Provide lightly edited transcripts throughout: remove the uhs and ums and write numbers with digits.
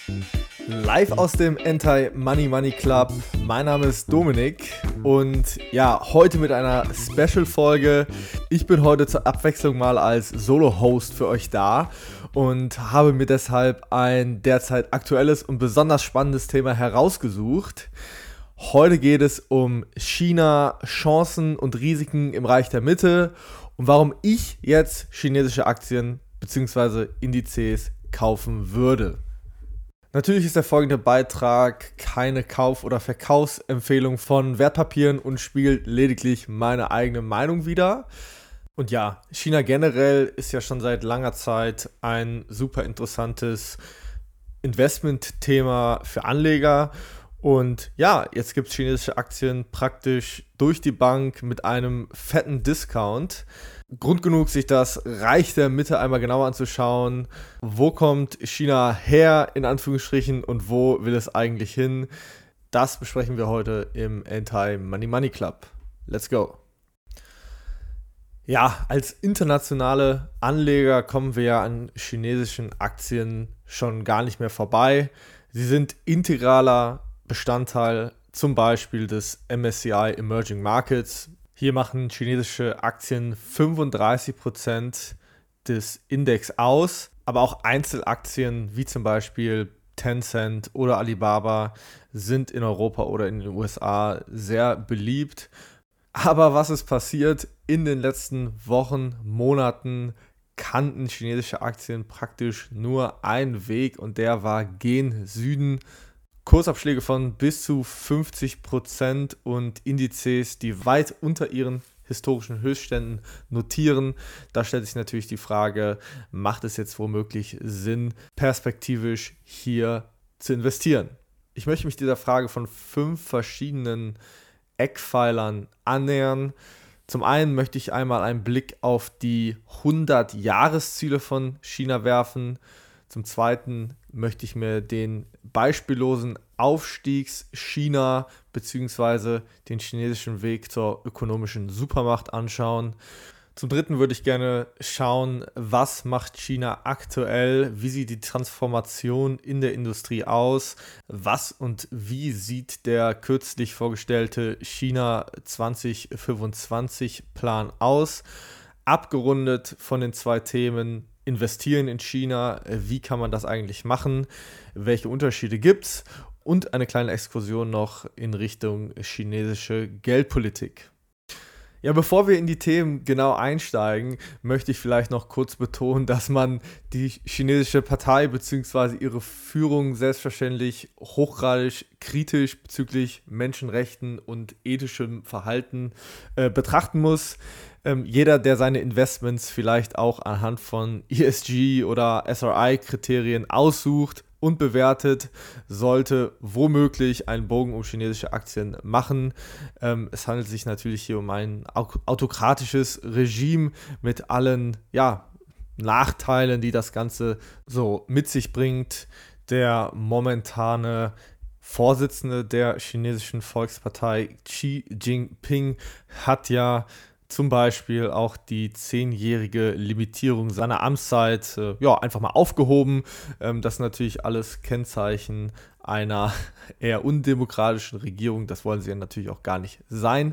Live aus dem Anti-Money Club. Mein Name ist Dominik und ja, heute mit einer Special-Folge. Ich bin heute zur Abwechslung mal als Solo-Host für euch da und habe mir deshalb ein derzeit aktuelles und besonders spannendes Thema herausgesucht. Heute geht es um China, Chancen und Risiken im Reich der Mitte und warum ich jetzt chinesische Aktien bzw. Indizes kaufen würde. Natürlich ist der folgende Beitrag keine Kauf- oder Verkaufsempfehlung von Wertpapieren und spiegelt lediglich meine eigene Meinung wider. Und ja, China generell ist ja schon seit langer Zeit ein super interessantes Investmentthema für Anleger. Und ja, jetzt gibt es chinesische Aktien praktisch durch die Bank mit einem fetten Discount. Grund genug, sich das Reich der Mitte einmal genauer anzuschauen. Wo kommt China her, in Anführungsstrichen, und wo will es eigentlich hin? Das besprechen wir heute im Anti-Money Club. Let's go! Ja, als internationale Anleger kommen wir ja an chinesischen Aktien schon gar nicht mehr vorbei. Sie sind integraler Bestandteil zum Beispiel des MSCI Emerging Markets. Hier machen chinesische Aktien 35% des Index aus, aber auch Einzelaktien wie zum Beispiel Tencent oder Alibaba sind in Europa oder in den USA sehr beliebt. Aber was ist passiert? In den letzten Wochen, Monaten kannten chinesische Aktien praktisch nur einen Weg und der war gen Süden. Kursabschläge von bis zu 50% und Indizes, die weit unter ihren historischen Höchstständen notieren. Da stellt sich natürlich die Frage, macht es jetzt womöglich Sinn, perspektivisch hier zu investieren? Ich möchte mich dieser Frage von 5 verschiedenen Eckpfeilern annähern. Zum einen möchte ich einmal einen Blick auf die 100-Jahresziele von China werfen. Zum Zweiten möchte ich mir den beispiellosen Aufstiegs China bzw. den chinesischen Weg zur ökonomischen Supermacht anschauen. Zum Dritten würde ich gerne schauen, was macht China aktuell, wie sieht die Transformation in der Industrie aus, was und wie sieht der kürzlich vorgestellte China 2025 Plan aus. Abgerundet von den 2 Themen investieren in China, wie kann man das eigentlich machen, welche Unterschiede gibt es und eine kleine Exkursion noch in Richtung chinesische Geldpolitik. Ja, bevor wir in die Themen genau einsteigen, möchte ich vielleicht noch kurz betonen, dass man die chinesische Partei bzw. ihre Führung selbstverständlich hochgradig kritisch bezüglich Menschenrechten und ethischem Verhalten betrachten muss. Jeder, der seine Investments vielleicht auch anhand von ESG oder SRI-Kriterien aussucht und bewertet, sollte womöglich einen Bogen um chinesische Aktien machen. Es handelt sich natürlich hier um ein autokratisches Regime mit allen Nachteilen, die das Ganze so mit sich bringt. Der momentane Vorsitzende der chinesischen Volkspartei, Xi Jinping, hat ja zum Beispiel auch die 10-jährige Limitierung seiner Amtszeit einfach mal aufgehoben. Das ist natürlich alles Kennzeichen einer eher undemokratischen Regierung. Das wollen sie ja natürlich auch gar nicht sein.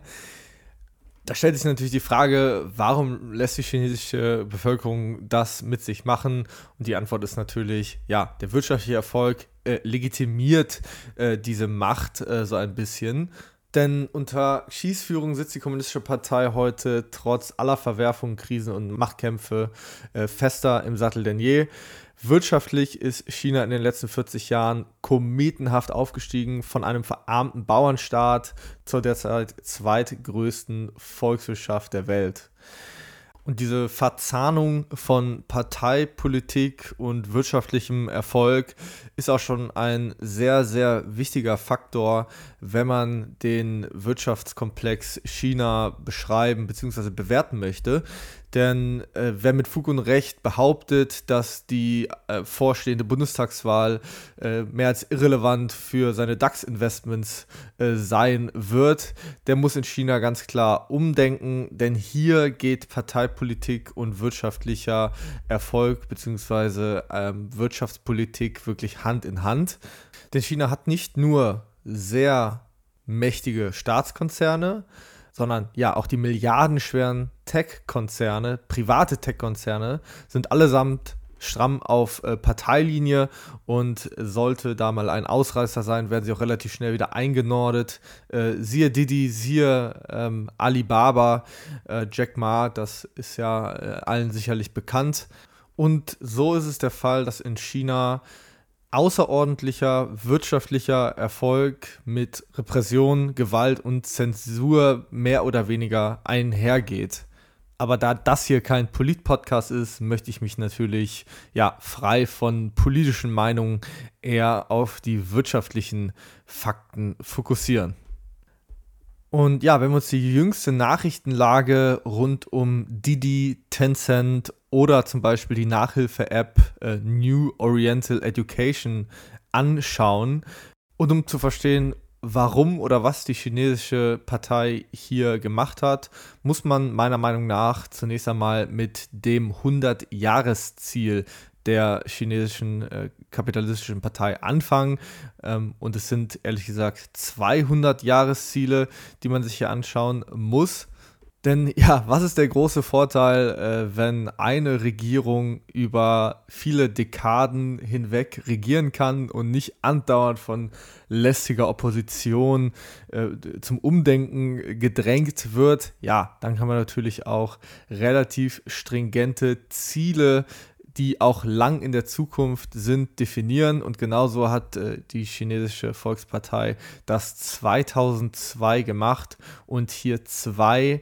Da stellt sich natürlich die Frage, warum lässt die chinesische Bevölkerung das mit sich machen? Und die Antwort ist natürlich, ja, der wirtschaftliche Erfolg legitimiert diese Macht so ein bisschen. Denn unter Xis Führung sitzt die Kommunistische Partei heute trotz aller Verwerfungen, Krisen und Machtkämpfe fester im Sattel denn je. Wirtschaftlich ist China in den letzten 40 Jahren kometenhaft aufgestiegen, von einem verarmten Bauernstaat zur derzeit zweitgrößten Volkswirtschaft der Welt. Und diese Verzahnung von Parteipolitik und wirtschaftlichem Erfolg ist auch schon ein sehr, sehr wichtiger Faktor, wenn man den Wirtschaftskomplex China beschreiben bzw. bewerten möchte. Denn wer mit Fug und Recht behauptet, dass die vorstehende Bundestagswahl mehr als irrelevant für seine DAX-Investments sein wird, der muss in China ganz klar umdenken, denn hier geht Parteipolitik und wirtschaftlicher Erfolg bzw. Wirtschaftspolitik wirklich Hand in Hand. Denn China hat nicht nur sehr mächtige Staatskonzerne, sondern ja, auch die milliardenschweren Tech-Konzerne, private Tech-Konzerne, sind allesamt stramm auf Parteilinie, und sollte da mal ein Ausreißer sein, werden sie auch relativ schnell wieder eingenordet. Siehe Didi, siehe Alibaba, Jack Ma, das ist ja allen sicherlich bekannt. Und so ist es der Fall, dass in China außerordentlicher wirtschaftlicher Erfolg mit Repression, Gewalt und Zensur mehr oder weniger einhergeht. Aber da das hier kein Polit-Podcast ist, möchte ich mich natürlich frei von politischen Meinungen eher auf die wirtschaftlichen Fakten fokussieren. Und ja, wenn wir uns die jüngste Nachrichtenlage rund um Didi, Tencent oder zum Beispiel die Nachhilfe-App New Oriental Education anschauen, und um zu verstehen, warum oder was die chinesische Partei hier gemacht hat, muss man meiner Meinung nach zunächst einmal mit dem 100-Jahres-Ziel der chinesischen kapitalistischen Partei anfangen. Und es sind ehrlich gesagt 200 Jahresziele, die man sich hier anschauen muss. Denn ja, was ist der große Vorteil, wenn eine Regierung über viele Dekaden hinweg regieren kann und nicht andauernd von lästiger Opposition zum Umdenken gedrängt wird? Ja, dann kann man natürlich auch relativ stringente Ziele, die auch lang in der Zukunft sind, definieren. Und genauso hat die chinesische Volkspartei das 2002 gemacht und hier zwei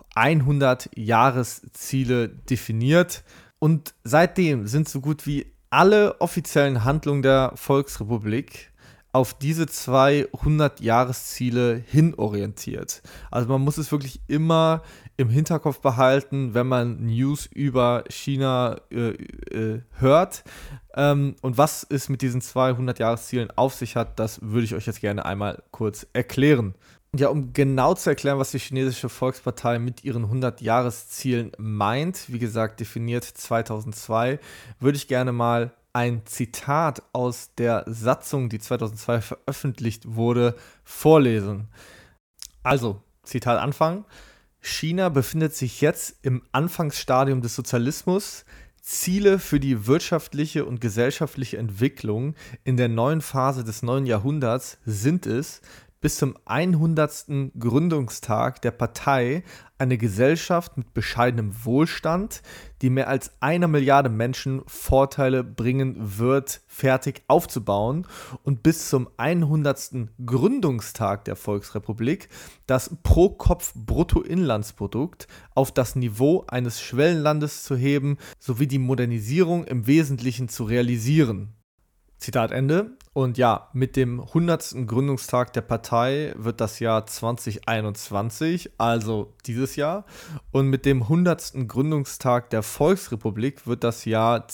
100-Jahres-Ziele definiert. Und seitdem sind so gut wie alle offiziellen Handlungen der Volksrepublik auf diese 200-Jahres-Ziele hinorientiert. Also man muss es wirklich immer im Hinterkopf behalten, wenn man News über China hört. Und was es mit diesen 200-Jahres-Zielen auf sich hat, das würde ich euch jetzt gerne einmal kurz erklären. Ja, um genau zu erklären, was die chinesische Volkspartei mit ihren 100-Jahres-Zielen meint, wie gesagt, definiert 2002, würde ich gerne mal ein Zitat aus der Satzung, die 2002 veröffentlicht wurde, vorlesen. Also, Zitat Anfang. China befindet sich jetzt im Anfangsstadium des Sozialismus. Ziele für die wirtschaftliche und gesellschaftliche Entwicklung in der neuen Phase des neuen Jahrhunderts sind es, bis zum 100. Gründungstag der Partei eine Gesellschaft mit bescheidenem Wohlstand, die mehr als 1 Milliarde Menschen Vorteile bringen wird, fertig aufzubauen, und bis zum 100. Gründungstag der Volksrepublik das Pro-Kopf-Bruttoinlandsprodukt auf das Niveau eines Schwellenlandes zu heben, sowie die Modernisierung im Wesentlichen zu realisieren. Zitat Ende. Und ja, mit dem 100. Gründungstag der Partei wird das Jahr 2021, also dieses Jahr. Und mit dem 100. Gründungstag der Volksrepublik wird das Jahr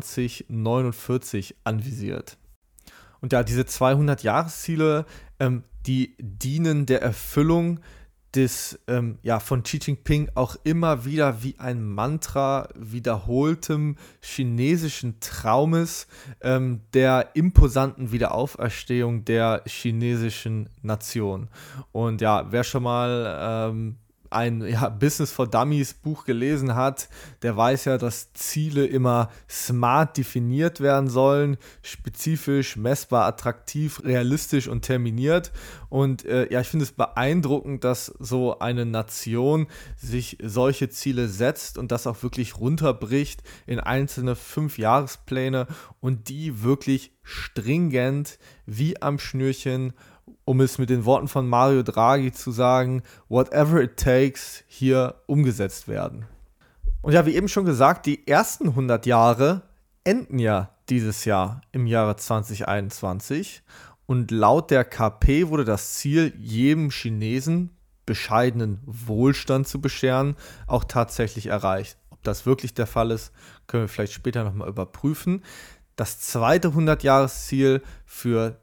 2049 anvisiert. Und ja, diese 200-Jahresziele, die dienen der Erfüllung des von Xi Jinping auch immer wieder wie ein Mantra wiederholtem chinesischen Traumes der imposanten Wiederauferstehung der chinesischen Nation. Und ja, wer schon mal ein Business for Dummies Buch gelesen hat, der weiß ja, dass Ziele immer smart definiert werden sollen, spezifisch, messbar, attraktiv, realistisch und terminiert. Und ich finde es beeindruckend, dass so eine Nation sich solche Ziele setzt und das auch wirklich runterbricht in einzelne 5-Jahrespläne und die wirklich stringent wie am Schnürchen, um es mit den Worten von Mario Draghi zu sagen, whatever it takes, hier umgesetzt werden. Und ja, wie eben schon gesagt, die ersten 100 Jahre enden ja dieses Jahr im Jahre 2021. Und laut der KP wurde das Ziel, jedem Chinesen bescheidenen Wohlstand zu bescheren, auch tatsächlich erreicht. das wirklich der Fall ist, können wir vielleicht später nochmal überprüfen. Das zweite 100-Jahres-Ziel für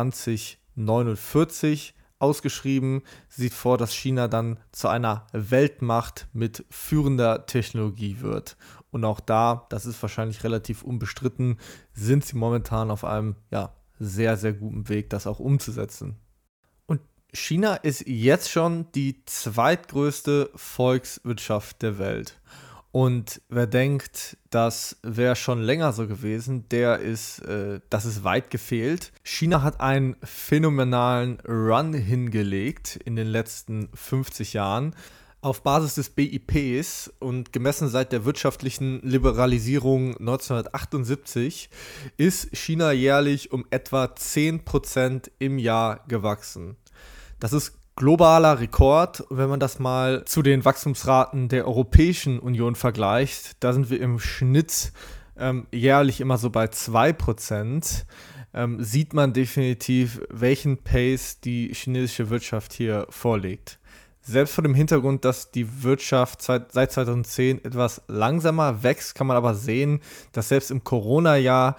2049 ausgeschrieben sieht vor, dass China dann zu einer Weltmacht mit führender Technologie wird. Und auch da, das ist wahrscheinlich relativ unbestritten, sind sie momentan auf einem sehr, sehr guten Weg, das auch umzusetzen. Und China ist jetzt schon die zweitgrößte Volkswirtschaft der Welt. Und wer denkt, das wäre schon länger so gewesen, das ist weit gefehlt. China hat einen phänomenalen Run hingelegt in den letzten 50 Jahren. Auf Basis des BIPs und gemessen seit der wirtschaftlichen Liberalisierung 1978 ist China jährlich um etwa 10% im Jahr gewachsen. Das ist globaler Rekord, wenn man das mal zu den Wachstumsraten der Europäischen Union vergleicht. Da sind wir im Schnitt jährlich immer so bei 2%. Sieht man definitiv, welchen Pace die chinesische Wirtschaft hier vorlegt. Selbst vor dem Hintergrund, dass die Wirtschaft seit 2010 etwas langsamer wächst, kann man aber sehen, dass selbst im Corona-Jahr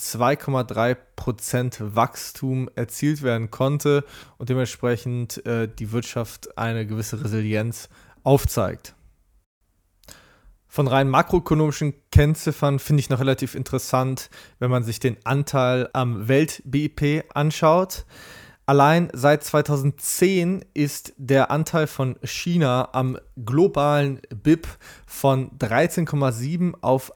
2,3% Wachstum erzielt werden konnte und dementsprechend die Wirtschaft eine gewisse Resilienz aufzeigt. Von rein makroökonomischen Kennziffern finde ich noch relativ interessant, wenn man sich den Anteil am Welt-BIP anschaut. Allein seit 2010 ist der Anteil von China am globalen BIP von 13,7 auf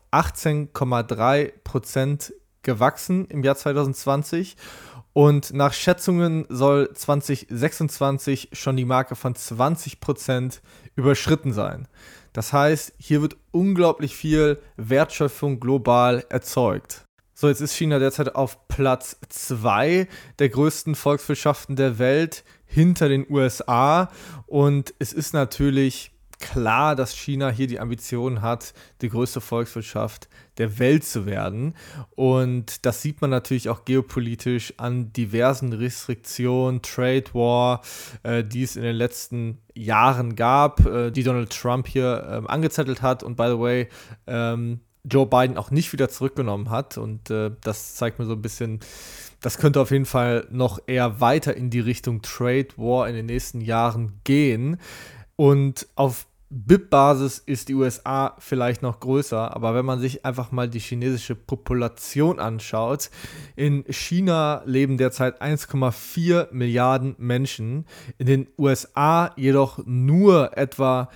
18,3% gewachsen im Jahr 2020 und nach Schätzungen soll 2026 schon die Marke von 20% überschritten sein. Das heißt, hier wird unglaublich viel Wertschöpfung global erzeugt. So, jetzt ist China derzeit auf Platz 2 der größten Volkswirtschaften der Welt hinter den USA und es ist natürlich klar, dass China hier die Ambition hat, die größte Volkswirtschaft der Welt zu werden. Und das sieht man natürlich auch geopolitisch an diversen Restriktionen, Trade War, die es in den letzten Jahren gab, die Donald Trump hier angezettelt hat und by the way, Joe Biden auch nicht wieder zurückgenommen hat. Und das zeigt mir so ein bisschen, das könnte auf jeden Fall noch eher weiter in die Richtung Trade War in den nächsten Jahren gehen. Und auf BIP-Basis ist die USA vielleicht noch größer, aber wenn man sich einfach mal die chinesische Population anschaut, in China leben derzeit 1,4 Milliarden Menschen, in den USA jedoch nur etwa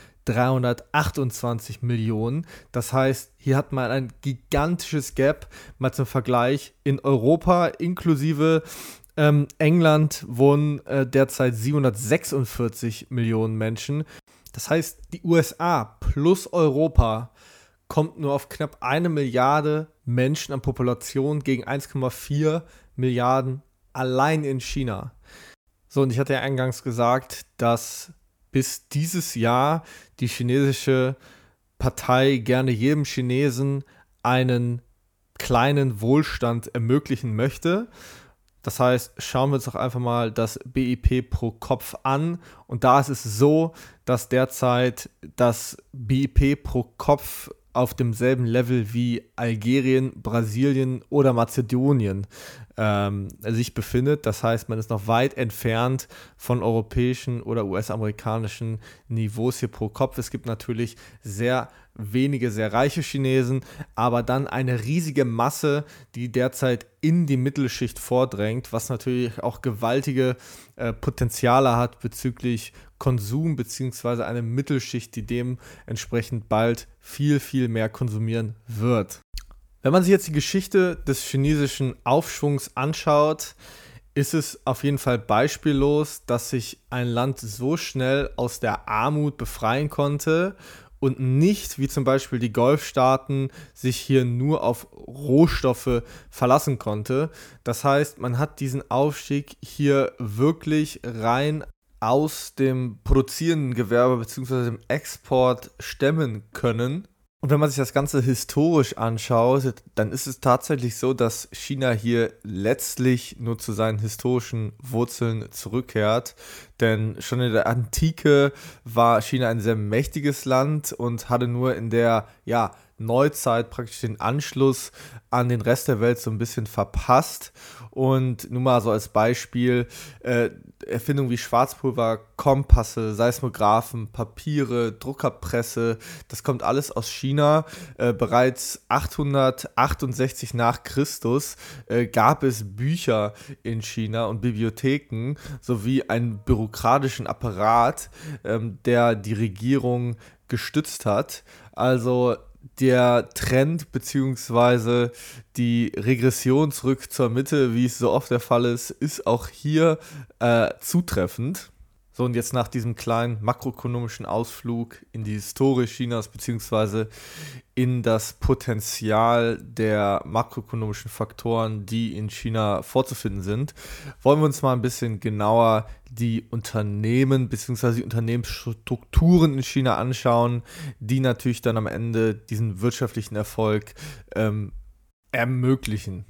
328 Millionen. Das heißt, hier hat man ein gigantisches Gap, mal zum Vergleich. In Europa inklusive England wohnen derzeit 746 Millionen Menschen. Das heißt, die USA plus Europa kommt nur auf knapp 1 Milliarde Menschen an Population gegen 1,4 Milliarden allein in China. So, und ich hatte ja eingangs gesagt, dass bis dieses Jahr die chinesische Partei gerne jedem Chinesen einen kleinen Wohlstand ermöglichen möchte. Das heißt, schauen wir uns doch einfach mal das BIP pro Kopf an. Und da ist es so, dass derzeit das BIP pro Kopf auf demselben Level wie Algerien, Brasilien oder Mazedonien sich befindet. Das heißt, man ist noch weit entfernt von europäischen oder US-amerikanischen Niveaus hier pro Kopf. Es gibt natürlich sehr wenige sehr reiche Chinesen, aber dann eine riesige Masse, die derzeit in die Mittelschicht vordrängt, was natürlich auch gewaltige Potenziale hat bezüglich Konsum beziehungsweise eine Mittelschicht, die dementsprechend bald viel, viel mehr konsumieren wird. Wenn man sich jetzt die Geschichte des chinesischen Aufschwungs anschaut, ist es auf jeden Fall beispiellos, dass sich ein Land so schnell aus der Armut befreien konnte und nicht, wie zum Beispiel die Golfstaaten, sich hier nur auf Rohstoffe verlassen konnte. Das heißt, man hat diesen Aufstieg hier wirklich rein aus dem produzierenden Gewerbe bzw. dem Export stemmen können. Und wenn man sich das Ganze historisch anschaut, dann ist es tatsächlich so, dass China hier letztlich nur zu seinen historischen Wurzeln zurückkehrt. Denn schon in der Antike war China ein sehr mächtiges Land und hatte nur in der Neuzeit praktisch den Anschluss an den Rest der Welt so ein bisschen verpasst. Und nur mal so als Beispiel, Erfindungen wie Schwarzpulver, Kompasse, Seismographen, Papiere, Druckerpresse, das kommt alles aus China. Bereits 868 nach Christus gab es Bücher in China und Bibliotheken sowie einen bürokratischen Apparat, der die Regierung gestützt hat. Also der Trend bzw. die Regression zurück zur Mitte, wie es so oft der Fall ist auch hier zutreffend. So, und jetzt nach diesem kleinen makroökonomischen Ausflug in die Historie Chinas bzw. in das Potenzial der makroökonomischen Faktoren, die in China vorzufinden sind, wollen wir uns mal ein bisschen genauer die Unternehmen bzw. die Unternehmensstrukturen in China anschauen, die natürlich dann am Ende diesen wirtschaftlichen Erfolg ermöglichen.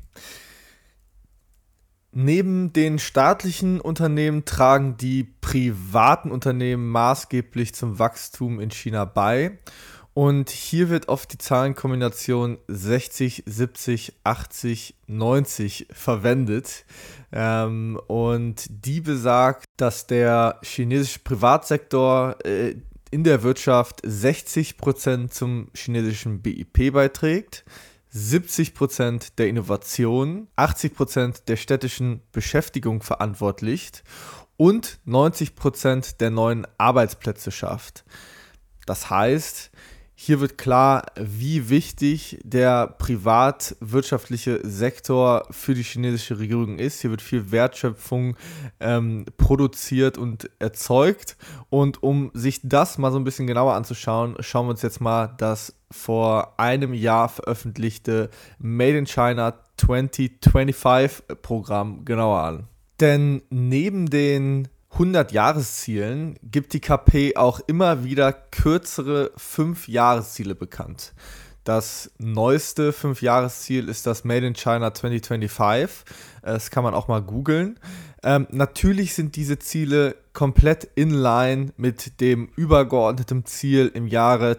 Neben den staatlichen Unternehmen tragen die privaten Unternehmen maßgeblich zum Wachstum in China bei. Und hier wird oft die Zahlenkombination 60, 70, 80, 90 verwendet. Und die besagt, dass der chinesische Privatsektor in der Wirtschaft 60% zum chinesischen BIP beiträgt, 70% der Innovation, 80% der städtischen Beschäftigung verantwortlicht und 90% der neuen Arbeitsplätze schafft. Das heißt, hier wird klar, wie wichtig der privatwirtschaftliche Sektor für die chinesische Regierung ist. Hier wird viel Wertschöpfung produziert und erzeugt. Und um sich das mal so ein bisschen genauer anzuschauen, schauen wir uns jetzt mal das vor einem Jahr veröffentlichte Made in China 2025 Programm genauer an. Denn neben den 100-Jahreszielen gibt die KP auch immer wieder kürzere 5-Jahresziele bekannt. Das neueste 5-Jahresziel ist das Made in China 2025. Das kann man auch mal googeln. Natürlich sind diese Ziele komplett in line mit dem übergeordneten Ziel im Jahre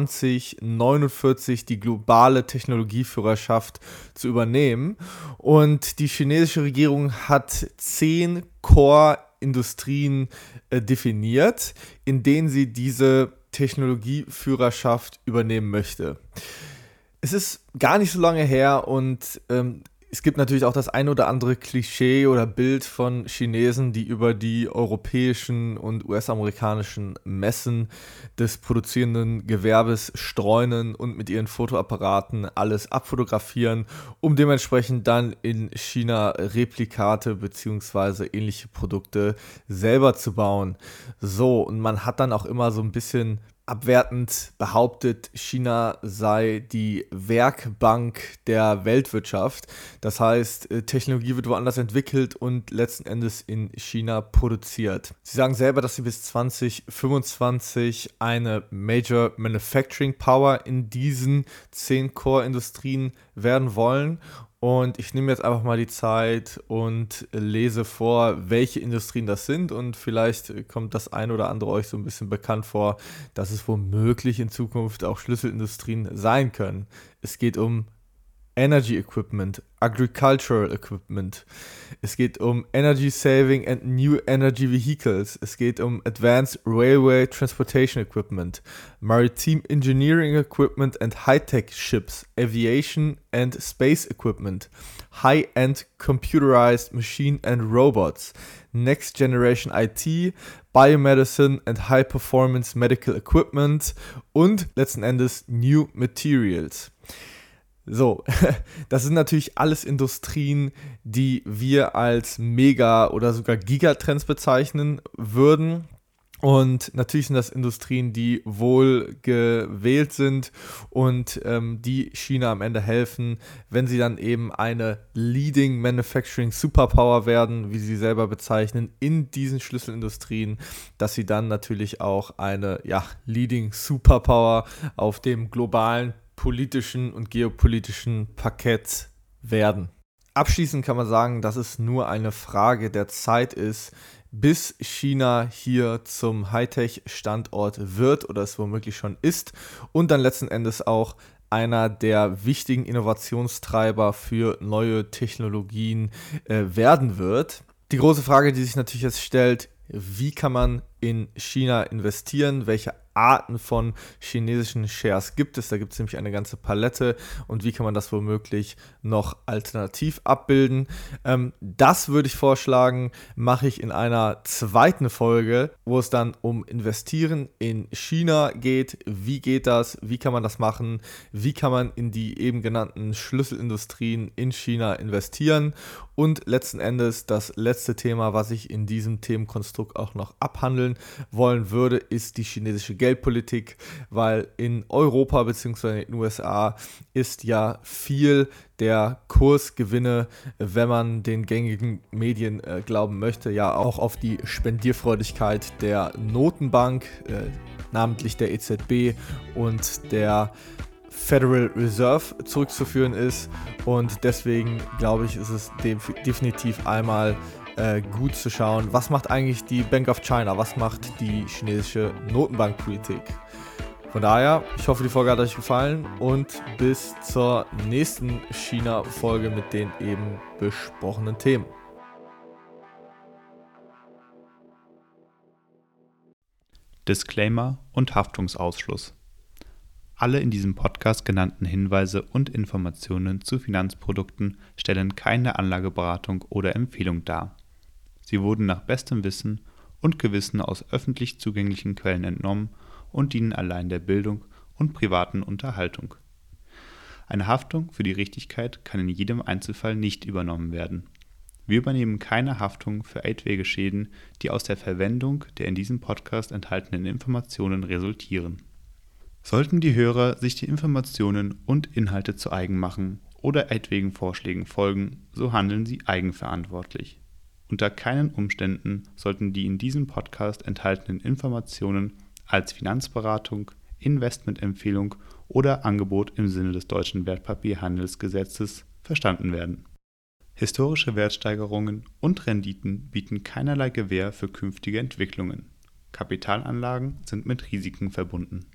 2049 die globale Technologieführerschaft zu übernehmen. Und die chinesische Regierung hat 10 Core-Industrien definiert, in denen sie diese Technologieführerschaft übernehmen möchte. Es ist gar nicht so lange her und es gibt natürlich auch das ein oder andere Klischee oder Bild von Chinesen, die über die europäischen und US-amerikanischen Messen des produzierenden Gewerbes streunen und mit ihren Fotoapparaten alles abfotografieren, um dementsprechend dann in China Replikate bzw. ähnliche Produkte selber zu bauen. So, und man hat dann auch immer so ein bisschen abwertend behauptet, China sei die Werkbank der Weltwirtschaft. Das heißt, Technologie wird woanders entwickelt und letzten Endes in China produziert. Sie sagen selber, dass sie bis 2025 eine Major Manufacturing Power in diesen 10 Core-Industrien werden wollen. Und ich nehme jetzt einfach mal die Zeit und lese vor, welche Industrien das sind. Und vielleicht kommt das ein oder andere euch so ein bisschen bekannt vor, dass es womöglich in Zukunft auch Schlüsselindustrien sein können. Es geht um Energy Equipment, Agricultural Equipment. Es geht um Energy Saving and New Energy Vehicles. Es geht um Advanced Railway Transportation Equipment, Maritime Engineering Equipment and High-Tech Ships, Aviation and Space Equipment, High-End Computerized Machine and Robots, Next Generation IT, Biomedicine and High Performance Medical Equipment und letzten Endes New Materials. So, das sind natürlich alles Industrien, die wir als Mega- oder sogar Gigatrends bezeichnen würden. Und natürlich sind das Industrien, die wohl gewählt sind und die China am Ende helfen, wenn sie dann eben eine Leading Manufacturing Superpower werden, wie sie selber bezeichnen, in diesen Schlüsselindustrien, dass sie dann natürlich auch eine Leading Superpower auf dem globalen politischen und geopolitischen Parkett werden. Abschließend kann man sagen, dass es nur eine Frage der Zeit ist, bis China hier zum Hightech-Standort wird oder es womöglich schon ist und dann letzten Endes auch einer der wichtigen Innovationstreiber für neue Technologien werden wird. Die große Frage, die sich natürlich jetzt stellt: Wie kann man in China investieren? Welche Arten von chinesischen Shares gibt es? Da gibt es nämlich eine ganze Palette. Und wie kann man das womöglich noch alternativ abbilden? Das würde ich vorschlagen, mache ich in einer zweiten Folge, wo es dann um Investieren in China geht. Wie geht das? Wie kann man das machen? Wie kann man in die eben genannten Schlüsselindustrien in China investieren? Und letzten Endes das letzte Thema, was ich in diesem Themenkonstrukt auch noch abhandeln wollen würde, ist die chinesische Geldpolitik, weil in Europa bzw. in den USA ist ja viel der Kursgewinne, wenn man den gängigen Medien glauben möchte, ja auch auf die Spendierfreudigkeit der Notenbank, namentlich der EZB und der Federal Reserve zurückzuführen ist, und deswegen glaube ich, ist es definitiv einmal gut zu schauen, was macht eigentlich die Bank of China, was macht die chinesische Notenbankpolitik. Von daher, ich hoffe, die Folge hat euch gefallen und bis zur nächsten China-Folge mit den eben besprochenen Themen. Disclaimer und Haftungsausschluss. Alle in diesem Podcast genannten Hinweise und Informationen zu Finanzprodukten stellen keine Anlageberatung oder Empfehlung dar. Sie wurden nach bestem Wissen und Gewissen aus öffentlich zugänglichen Quellen entnommen und dienen allein der Bildung und privaten Unterhaltung. Eine Haftung für die Richtigkeit kann in jedem Einzelfall nicht übernommen werden. Wir übernehmen keine Haftung für etwaige Schäden, die aus der Verwendung der in diesem Podcast enthaltenen Informationen resultieren. Sollten die Hörer sich die Informationen und Inhalte zu eigen machen oder etwaigen Vorschlägen folgen, so handeln sie eigenverantwortlich. Unter keinen Umständen sollten die in diesem Podcast enthaltenen Informationen als Finanzberatung, Investmentempfehlung oder Angebot im Sinne des Deutschen Wertpapierhandelsgesetzes verstanden werden. Historische Wertsteigerungen und Renditen bieten keinerlei Gewähr für künftige Entwicklungen. Kapitalanlagen sind mit Risiken verbunden.